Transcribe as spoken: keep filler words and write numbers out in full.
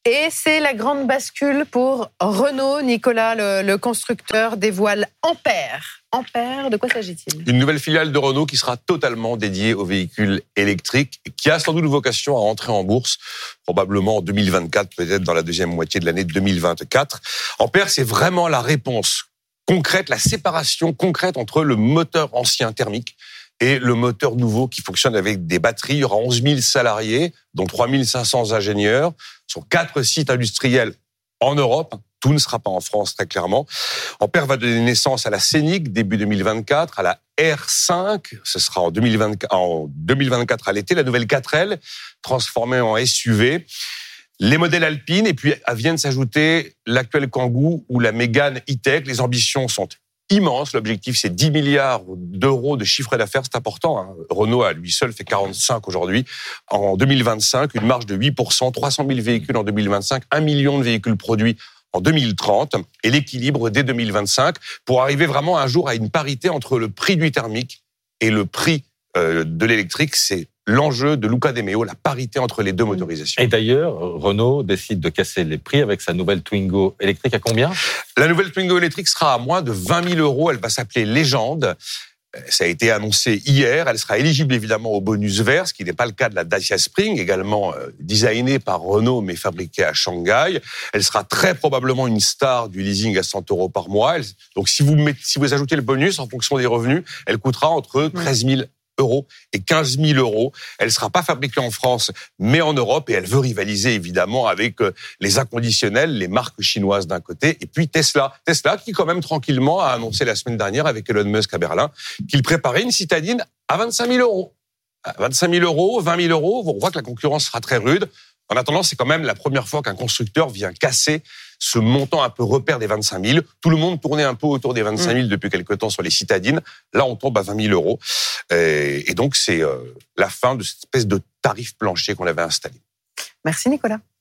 Et c'est la grande bascule pour Renault. Nicolas, le, le constructeur, dévoile Ampère. Ampère, de quoi s'agit-il ? Une nouvelle filiale de Renault qui sera totalement dédiée aux véhicules électriques, qui a sans doute vocation à entrer en bourse, probablement en deux mille vingt-quatre, peut-être dans la deuxième moitié de l'année deux mille vingt-quatre. Ampère, c'est vraiment la réponse concrète, la séparation concrète entre le moteur ancien thermique et le moteur nouveau qui fonctionne avec des batteries. Il y aura onze mille salariés, dont trois mille cinq cents ingénieurs, sur quatre sites industriels en Europe. Tout ne sera pas en France, très clairement. Ampère va donner naissance à la Scénic, début deux mille vingt-quatre, à la R cinq, ce sera en deux mille vingt-quatre, en deux mille vingt-quatre à l'été, la nouvelle quatre L, transformée en S U V. Les modèles Alpine, et puis viennent s'ajouter l'actuel Kangoo ou la Mégane E-Tech. Les ambitions sont immenses. L'objectif, c'est dix milliards d'euros de chiffre d'affaires. C'est important, hein. Renault, à lui seul, fait quarante-cinq aujourd'hui. En deux mille vingt-cinq, une marge de huit pour cent, trois cent mille véhicules en deux mille vingt-cinq, un million de véhicules produits en deux mille trente, et l'équilibre dès deux mille vingt-cinq, pour arriver vraiment un jour à une parité entre le prix du thermique et le prix euh, de l'électrique. C'est l'enjeu de Luca De Meo, la parité entre les deux motorisations. Et d'ailleurs, Renault décide de casser les prix avec sa nouvelle Twingo électrique à combien ? La nouvelle Twingo électrique sera à moins de vingt mille euros. Elle va s'appeler Légende. Ça a été annoncé hier. Elle sera éligible évidemment au bonus vert, ce qui n'est pas le cas de la Dacia Spring, également designée par Renault mais fabriquée à Shanghai. Elle sera très probablement une star du leasing à cent euros par mois. Elle, donc si vous mettez, si vous ajoutez le bonus en fonction des revenus, elle coûtera entre treize mille euros et quinze mille euros. Elle ne sera pas fabriquée en France, mais en Europe, et elle veut rivaliser évidemment avec les inconditionnels, les marques chinoises d'un côté, et puis Tesla. Tesla qui quand même tranquillement a annoncé la semaine dernière avec Elon Musk à Berlin qu'il préparait une citadine à vingt-cinq mille euros. vingt-cinq mille euros, vingt mille euros, on voit que la concurrence sera très rude. En attendant, c'est quand même la première fois qu'un constructeur vient casser ce montant un peu repère des vingt-cinq mille. Tout le monde tournait un peu autour des vingt-cinq mille depuis quelque temps sur les citadines. Là, on tombe à vingt mille euros. Et donc, c'est la fin de cette espèce de tarif plancher qu'on avait installé. Merci Nicolas.